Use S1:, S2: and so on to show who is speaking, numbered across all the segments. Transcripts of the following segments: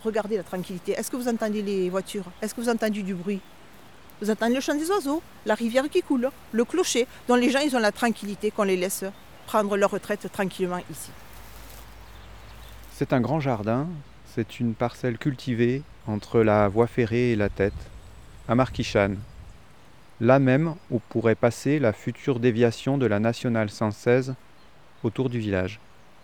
S1: regardez la tranquillité. Est-ce que vous entendez les voitures? Est-ce que vous entendez du bruit? Vous entendez le chant des oiseaux, la rivière qui coule, le clocher, dont les gens ils ont la tranquillité qu'on les laisse prendre leur retraite tranquillement ici.
S2: C'est un grand jardin, c'est une parcelle cultivée entre la voie ferrée et la Tête, à Marquichane. Là même où pourrait passer la future déviation de la nationale 116 autour du village.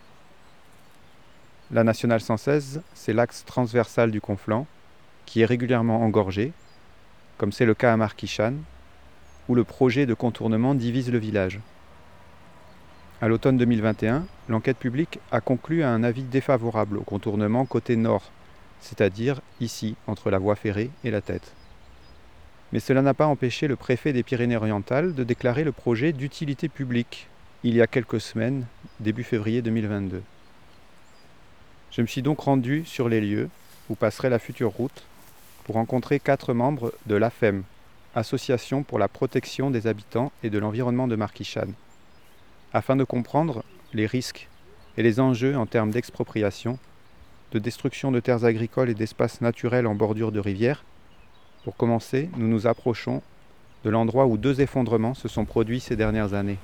S2: La nationale 116, c'est l'axe transversal du Conflent, qui est régulièrement engorgé, comme c'est le cas à Marquichane, où le projet de contournement divise le village. À l'automne 2021, l'enquête publique a conclu à un avis défavorable au contournement côté nord, c'est-à-dire ici, entre la voie ferrée et la Tête. Mais cela n'a pas empêché le préfet des Pyrénées-Orientales de déclarer le projet d'utilité publique il y a quelques semaines, début février 2022. Je me suis donc rendu sur les lieux où passerait la future route pour rencontrer 4 membres de l'AFEM, Association pour la protection des habitants et de l'environnement de Marquichane, afin de comprendre les risques et les enjeux en termes d'expropriation, de destruction de terres agricoles et d'espaces naturels en bordure de rivières. Pour commencer, nous nous approchons de l'endroit où 2 effondrements se sont produits ces dernières années.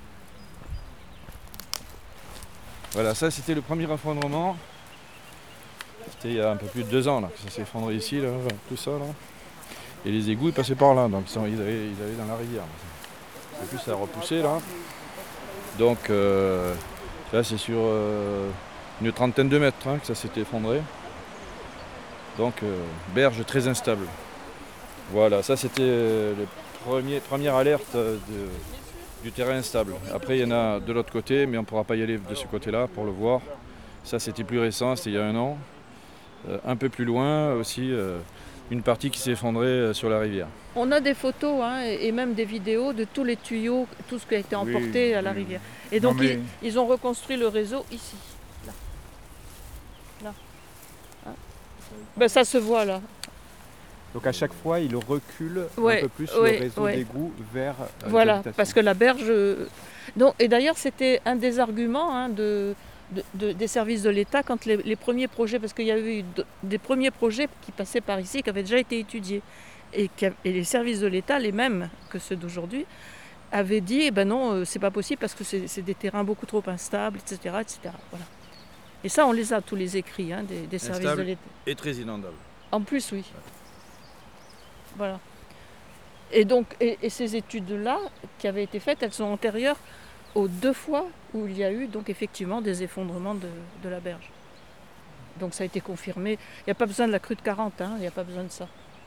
S3: Voilà, ça c'était le premier effondrement. C'était il y a un peu plus de 2 ans là, que ça s'est effondré ici, là, tout ça là. Et les égouts ils passaient par là, donc ils allaient dans la rivière. Et puis ça a repoussé là. Donc là c'est sur une trentaine de mètres que ça s'est effondré. Donc berge très instable. Voilà, ça c'était la première alerte du terrain instable. Après il y en a de l'autre côté, mais on ne pourra pas y aller de ce côté-là pour le voir. Ça c'était plus récent, c'était il y a 1 an. Un peu plus loin aussi, une partie qui s'est effondrée sur la rivière.
S4: On a des photos et même des vidéos de tous les tuyaux, tout ce qui a été emporté à la rivière. Et donc ils ont reconstruit le réseau ici. Là. Hein? Ben, ça se voit là.
S2: Donc à chaque fois, il recule un peu plus le réseau d'égout vers
S4: voilà, parce que la berge... Donc, et d'ailleurs, c'était un des arguments des services de l'État quand les premiers projets, parce qu'il y avait eu des premiers projets qui passaient par ici, qui avaient déjà été étudiés. Et les services de l'État, les mêmes que ceux d'aujourd'hui, avaient dit, eh ben non, c'est pas possible parce que c'est des terrains beaucoup trop instables, etc. etc. Voilà. Et ça, on les a, tous les écrits des services de l'État.
S3: Et très inondable.
S4: En plus, oui. Voilà. Et donc, et ces études-là, qui avaient été faites, elles sont antérieures aux 2 fois où il y a eu donc effectivement des effondrements de la berge. Donc ça a été confirmé. Il n'y a pas besoin de la crue de 40, il n'y a pas besoin de ça.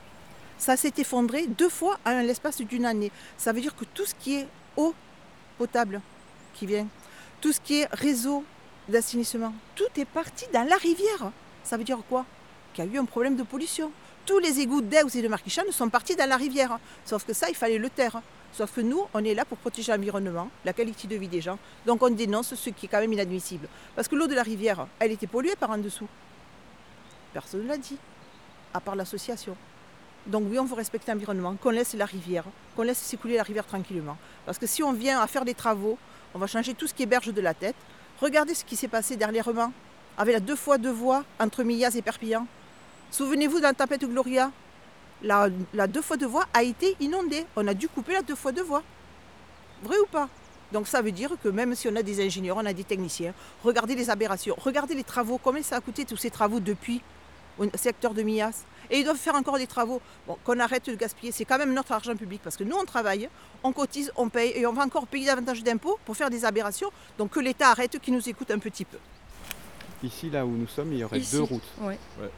S1: Ça s'est effondré 2 fois en l'espace d'une année. Ça veut dire que tout ce qui est eau potable qui vient, tout ce qui est réseau d'assainissement, tout est parti dans la rivière. Ça veut dire quoi? Qu'il y a eu un problème de pollution. Tous les égouts d'Aix et de Marquichane sont partis dans la rivière. Sauf que ça, il fallait le taire. Sauf que nous, on est là pour protéger l'environnement, la qualité de vie des gens. Donc on dénonce ce qui est quand même inadmissible. Parce que l'eau de la rivière, elle était polluée par en dessous. Personne ne l'a dit, à part l'association. Donc oui, on veut respecter l'environnement, qu'on laisse la rivière, qu'on laisse s'écouler la rivière tranquillement. Parce que si on vient à faire des travaux, on va changer tout ce qui est berge de la Tête. Regardez ce qui s'est passé dernièrement, avec la 2 fois 2 voies entre Millas et Perpignan. Souvenez-vous de la tempête Gloria, la 2 fois 2 voies a été inondée. On a dû couper la 2 fois 2 voies. Vrai ou pas? Donc ça veut dire que même si on a des ingénieurs, on a des techniciens, regardez les aberrations, regardez les travaux, combien ça a coûté tous ces travaux depuis au secteur de Millas. Et ils doivent faire encore des travaux. Bon, qu'on arrête de gaspiller, c'est quand même notre argent public parce que nous on travaille, on cotise, on paye et on va encore payer davantage d'impôts pour faire des aberrations. Donc que l'État arrête, qu'il nous écoute un petit peu.
S2: Ici, là où nous sommes, il y aurait
S4: Ici,
S2: 2 routes.
S4: Ouais.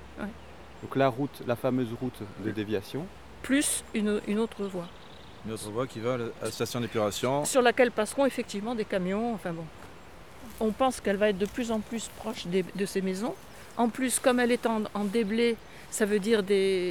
S2: Donc la fameuse route de déviation.
S4: Plus une autre voie.
S3: Une autre voie qui va à la station d'épuration.
S4: Sur laquelle passeront effectivement des camions. Enfin bon. On pense qu'elle va être de plus en plus proche de ces maisons. En plus, comme elle est en déblai, ça veut dire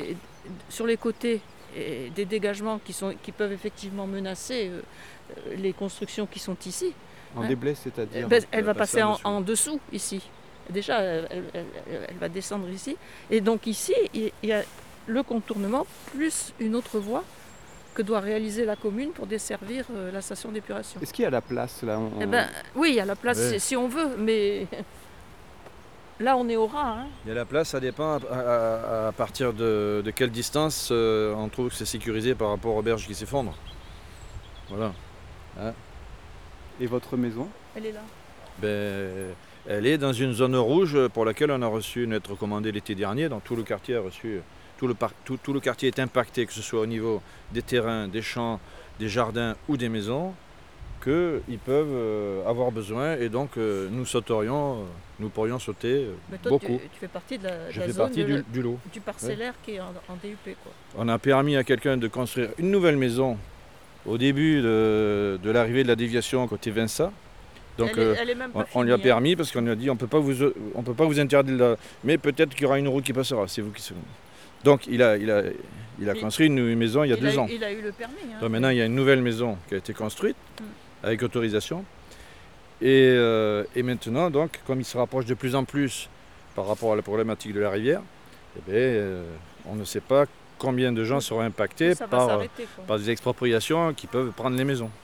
S4: sur les côtés des dégagements qui peuvent effectivement menacer les constructions qui sont ici.
S2: En déblai, c'est-à-dire
S4: elle va passer en dessous, ici. Déjà, elle va descendre ici. Et donc ici, il y a le contournement plus une autre voie que doit réaliser la commune pour desservir la station d'épuration.
S2: Est-ce qu'il y a la place là
S4: oui, il y a la place si on veut, mais Là, on est au ras. Hein.
S3: Il y a la place, ça dépend à partir de quelle distance on trouve que c'est sécurisé par rapport aux berges qui s'effondrent. Voilà. Hein.
S2: Et votre maison?
S4: Elle est là.
S3: Ben, elle est dans une zone rouge pour laquelle on a reçu une lettre commandée l'été dernier. Donc tout le quartier a reçu, tout le quartier est impacté, que ce soit au niveau des terrains, des champs, des jardins ou des maisons, qu'ils peuvent avoir besoin. Et donc nous pourrions sauter
S4: Mais toi,
S3: beaucoup.
S4: Tu fais partie de la
S3: Je fais
S4: zone
S3: partie du lot.
S4: du parcellaire qui est en DUP. Quoi.
S3: On a permis à quelqu'un de construire une nouvelle maison au début de l'arrivée de la déviation côté Vinça. Donc
S4: elle est même pas
S3: on lui a
S4: finie,
S3: permis parce qu'on lui a dit on peut pas vous interdire là, mais peut-être qu'il y aura une route qui passera, c'est vous qui savez. Donc il a construit une maison il y a 2 ans.
S4: Il a eu le permis. Hein.
S3: Donc maintenant il y a une nouvelle maison qui a été construite avec autorisation. Et maintenant donc comme il se rapproche de plus en plus par rapport à la problématique de la rivière, on ne sait pas combien de gens seront impactés par des expropriations qui peuvent prendre les maisons.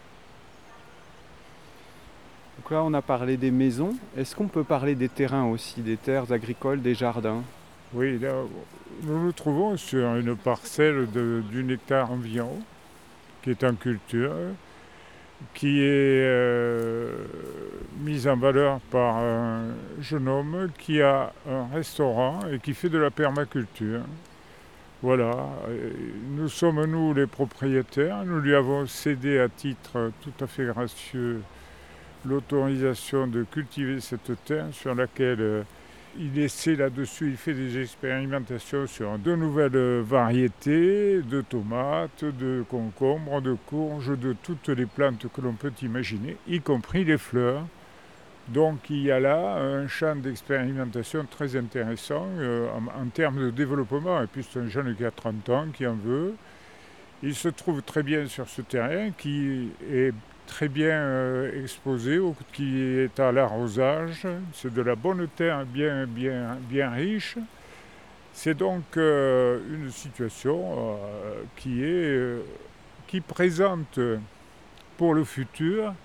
S2: Donc là, on a parlé des maisons. Est-ce qu'on peut parler des terrains aussi, des terres agricoles, des jardins?
S5: Oui, là, nous nous trouvons sur une parcelle d'1 hectare environ, qui est en culture, qui est mise en valeur par un jeune homme qui a un restaurant et qui fait de la permaculture. Voilà, nous sommes nous les propriétaires, nous lui avons cédé à titre tout à fait gracieux l'autorisation de cultiver cette terre sur laquelle il essaie là-dessus, il fait des expérimentations sur de nouvelles variétés de tomates, de concombres, de courges, de toutes les plantes que l'on peut imaginer, y compris les fleurs. Donc il y a là un champ d'expérimentation très intéressant en termes de développement. Et puis c'est un jeune qui a 30 ans, qui en veut. Il se trouve très bien sur ce terrain qui est très bien exposé, qui est à l'arrosage. C'est de la bonne terre bien riche. C'est donc une situation qui présente pour le futur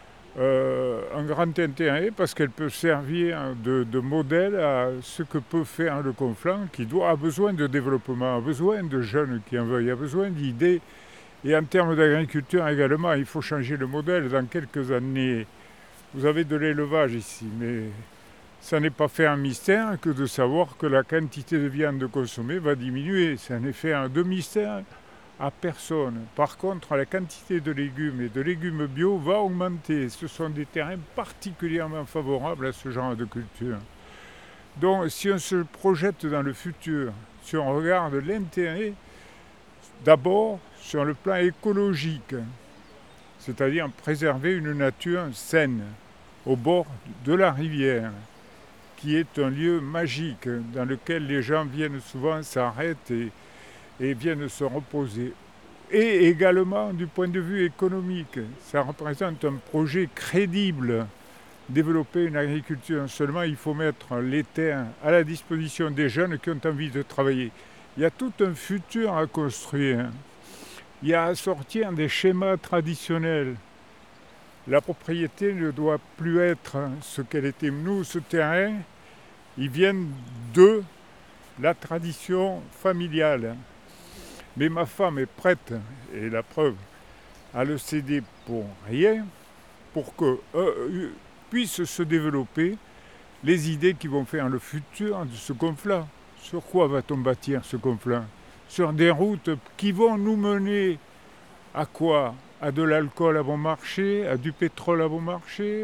S5: un grand intérêt parce qu'elle peut servir de modèle à ce que peut faire le Conflent qui a besoin de développement, a besoin de jeunes qui en veuillent, a besoin d'idées. Et en termes d'agriculture également, il faut changer le modèle. Dans quelques années, vous avez de l'élevage ici, mais ça n'est pas fait un mystère que de savoir que la quantité de viande consommée va diminuer. C'est en effet de mystère à personne. Par contre, la quantité de légumes et de légumes bio va augmenter. Ce sont des terrains particulièrement favorables à ce genre de culture. Donc, si on se projette dans le futur, si on regarde l'intérêt, d'abord sur le plan écologique, c'est-à-dire préserver une nature saine au bord de la rivière, qui est un lieu magique dans lequel les gens viennent souvent, s'arrêtent et viennent se reposer. Et également du point de vue économique, ça représente un projet crédible. Développer une agriculture seulement, il faut mettre les terres à la disposition des jeunes qui ont envie de travailler. Il y a tout un futur à construire. Il y a à sortir des schémas traditionnels. La propriété ne doit plus être ce qu'elle était. Nous, ce terrain, il vient de la tradition familiale. Mais ma femme est prête, et la preuve, à le céder pour rien, pour que puissent se développer les idées qui vont faire le futur de ce Conflent. Sur quoi va-t-on bâtir ce Conflent? Sur des routes qui vont nous mener à quoi? À de l'alcool à bon marché, à du pétrole à bon marché,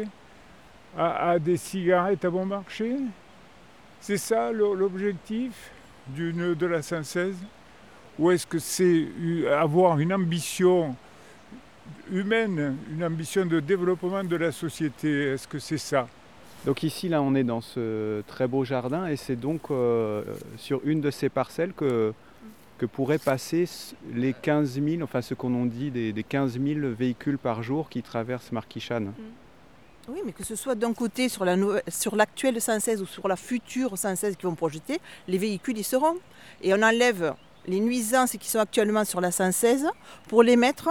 S5: à des cigarettes à bon marché? C'est ça l'objectif de la synthèse? Ou est-ce que c'est avoir une ambition humaine, une ambition de développement de la société? Est-ce que c'est ça?
S2: Donc ici, là, on est dans ce très beau jardin et c'est donc sur une de ces parcelles que pourraient passer les 15 000, enfin ce qu'on en dit des 15 000 véhicules par jour qui traversent Marquichane.
S1: Oui, mais que ce soit d'un côté sur l'actuelle 116 ou sur la future 116 qui vont projeter, les véhicules y seront. Et on enlève les nuisances qui sont actuellement sur la 116 pour les mettre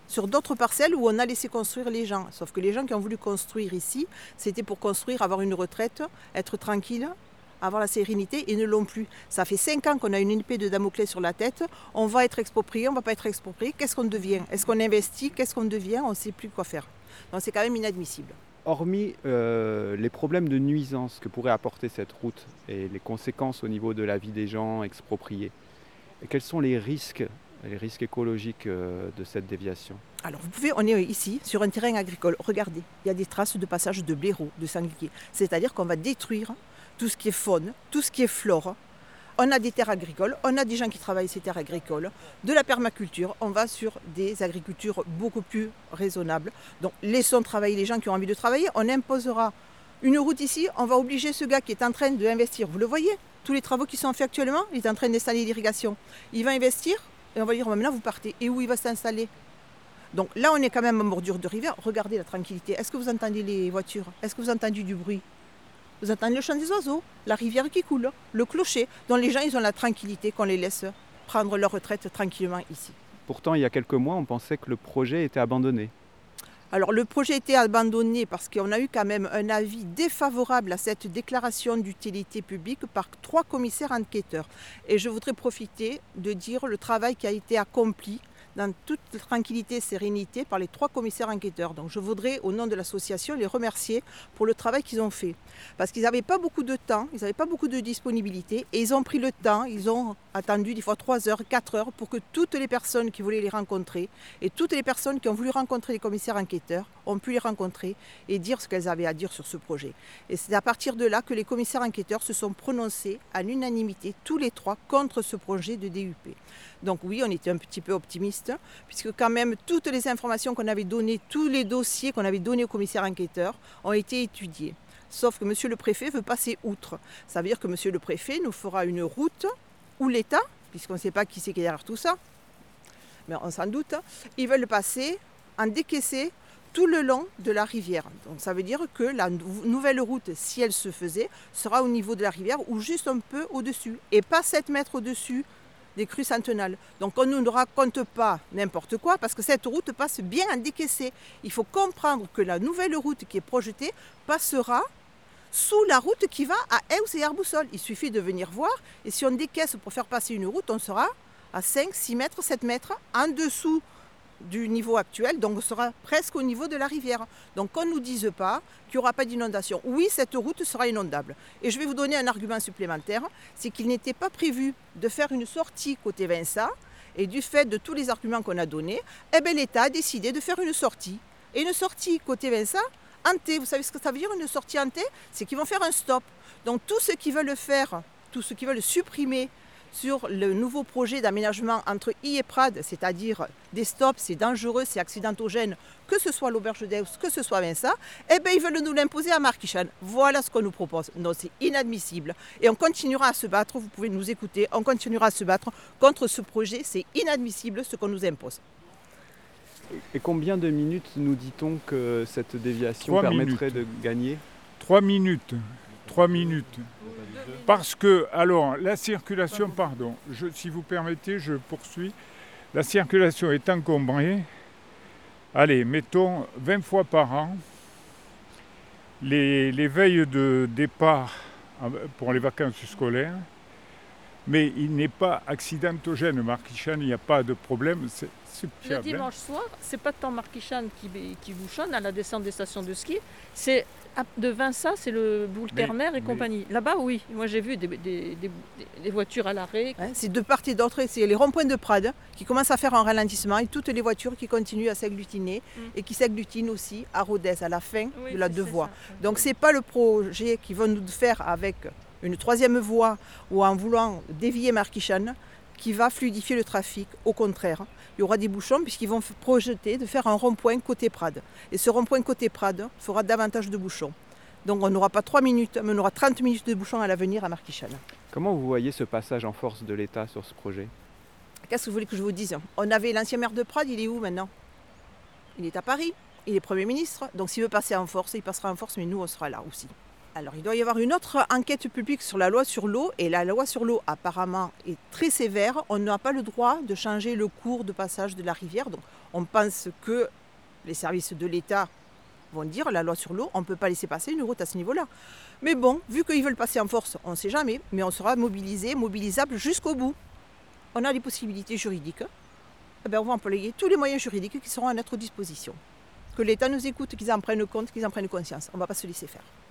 S1: sur d'autres parcelles où on a laissé construire les gens. Sauf que les gens qui ont voulu construire ici, c'était pour construire, avoir une retraite, être tranquille, avoir la sérénité, et ne l'ont plus. Ça fait 5 ans qu'on a une épée de Damoclès sur la tête. On va être exproprié, on ne va pas être exproprié. Qu'est-ce qu'on devient? Est-ce qu'on investit? Qu'est-ce qu'on devient? On ne sait plus quoi faire. Donc c'est quand même inadmissible.
S2: Hormis les problèmes de nuisance que pourrait apporter cette route et les conséquences au niveau de la vie des gens expropriés, quels sont les risques écologiques de cette déviation?
S1: Alors on est ici sur un terrain agricole. Regardez, il y a des traces de passage de blaireaux, de sangliers. C'est-à-dire qu'on va détruire tout ce qui est faune, tout ce qui est flore. On a des terres agricoles, on a des gens qui travaillent ces terres agricoles, de la permaculture, on va sur des agricultures beaucoup plus raisonnables. Donc laissons travailler les gens qui ont envie de travailler, on imposera une route ici, on va obliger ce gars qui est en train d'investir, vous le voyez, tous les travaux qui sont faits actuellement, il est en train d'installer l'irrigation. Il va investir et on va lui dire maintenant vous partez. Et où il va s'installer? Donc là on est quand même en bordure de rivière, regardez la tranquillité. Est-ce que vous entendez les voitures? Est-ce que vous entendez du bruit? Vous entendez le chant des oiseaux, la rivière qui coule, le clocher, dont les gens ils ont la tranquillité qu'on les laisse prendre leur retraite tranquillement ici.
S2: Pourtant, il y a quelques mois, on pensait que le projet était abandonné.
S1: Alors le projet était abandonné parce qu'on a eu quand même un avis défavorable à cette déclaration d'utilité publique par 3 commissaires enquêteurs. Et je voudrais profiter de dire le travail qui a été accompli dans toute tranquillité et sérénité par les 3 commissaires enquêteurs. Donc je voudrais, au nom de l'association, les remercier pour le travail qu'ils ont fait. Parce qu'ils n'avaient pas beaucoup de temps, ils n'avaient pas beaucoup de disponibilité et ils ont pris le temps, ils ont attendu des fois 3 heures, 4 heures pour que toutes les personnes qui voulaient les rencontrer et toutes les personnes qui ont voulu rencontrer les commissaires enquêteurs ont pu les rencontrer et dire ce qu'elles avaient à dire sur ce projet. Et c'est à partir de là que les commissaires enquêteurs se sont prononcés à l'unanimité, tous les 3, contre ce projet de DUP. Donc oui, on était un petit peu optimistes, puisque quand même toutes les informations qu'on avait données, tous les dossiers qu'on avait donnés aux commissaires enquêteurs ont été étudiés. Sauf que monsieur le préfet veut passer outre. Ça veut dire que monsieur le préfet nous fera une route où l'État, puisqu'on ne sait pas qui c'est qui est derrière tout ça, mais on s'en doute, ils veulent passer en décaissé tout le long de la rivière. Donc ça veut dire que la nouvelle route, si elle se faisait, sera au niveau de la rivière ou juste un peu au-dessus, et pas 7 mètres au-dessus des crues centenales. Donc on ne nous raconte pas n'importe quoi parce que cette route passe bien en décaissé. Il faut comprendre que la nouvelle route qui est projetée passera sous la route qui va à Eus et Arboussol. Il suffit de venir voir et si on décaisse pour faire passer une route, on sera à 5, 6 mètres, 7 mètres en dessous du niveau actuel, donc on sera presque au niveau de la rivière. Donc qu'on ne nous dise pas qu'il n'y aura pas d'inondation. Oui, cette route sera inondable. Et je vais vous donner un argument supplémentaire, c'est qu'il n'était pas prévu de faire une sortie côté Vinça, et du fait de tous les arguments qu'on a donnés, l'État a décidé de faire une sortie. Et une sortie côté Vinça, en T, vous savez ce que ça veut dire une sortie en T? C'est qu'ils vont faire un stop. Donc tous ceux qui veulent faire, tous ceux qui veulent supprimer sur le nouveau projet d'aménagement entre I et Prades, c'est-à-dire des stops, c'est dangereux, c'est accidentogène, que ce soit l'auberge d'Eus, que ce soit Vinça, ils veulent nous l'imposer à Marquichane. Voilà ce qu'on nous propose. Non, c'est inadmissible. Et on continuera à se battre, vous pouvez nous écouter, on continuera à se battre contre ce projet, c'est inadmissible ce qu'on nous impose.
S2: Et combien de minutes nous dit-on que cette déviation permettrait de gagner?
S5: 3 minutes. 3 minutes. Parce que, alors, la circulation, pardon, si vous permettez, je poursuis. La circulation est encombrée, allez, mettons 20 fois par an. Les veilles de départ pour les vacances scolaires, mais il n'est pas accidentogène. Marquichane, il n'y a pas de problème. C'est
S4: le dimanche soir, c'est pas tant Marquichane qui bouchonne à la descente des stations de ski, c'est de Vinça, c'est le boule ternaire et compagnie. Là-bas, oui, moi j'ai vu des voitures à l'arrêt.
S1: C'est de part et d'autre, c'est les ronds-points de Prades qui commencent à faire un ralentissement et toutes les voitures qui continuent à s'agglutiner et qui s'agglutinent aussi à Rodez, à la fin de la 2 voies. Donc c'est pas le projet qu'ils vont nous faire avec une 3e voie ou en voulant dévier Marquichane qui va fluidifier le trafic. Au contraire, il y aura des bouchons puisqu'ils vont projeter de faire un rond-point côté Prades. Et ce rond-point côté Prades fera davantage de bouchons. Donc on n'aura pas 3 minutes, mais on aura 30 minutes de bouchons à l'avenir à Marquichane.
S2: Comment vous voyez ce passage en force de l'État sur ce projet?
S1: Qu'est-ce que vous voulez que je vous dise? On avait l'ancien maire de Prades, il est où maintenant? Il est à Paris, il est Premier ministre. Donc s'il veut passer en force, il passera en force, mais nous on sera là aussi. Alors, il doit y avoir une autre enquête publique sur la loi sur l'eau. Et la loi sur l'eau, apparemment, est très sévère. On n'a pas le droit de changer le cours de passage de la rivière. Donc, on pense que les services de l'État vont dire la loi sur l'eau, on ne peut pas laisser passer une route à ce niveau-là. Mais bon, vu qu'ils veulent passer en force, on ne sait jamais. Mais on sera mobilisable jusqu'au bout. On a les possibilités juridiques. Eh bien, on va employer tous les moyens juridiques qui seront à notre disposition. Que l'État nous écoute, qu'ils en prennent compte, qu'ils en prennent conscience. On ne va pas se laisser faire.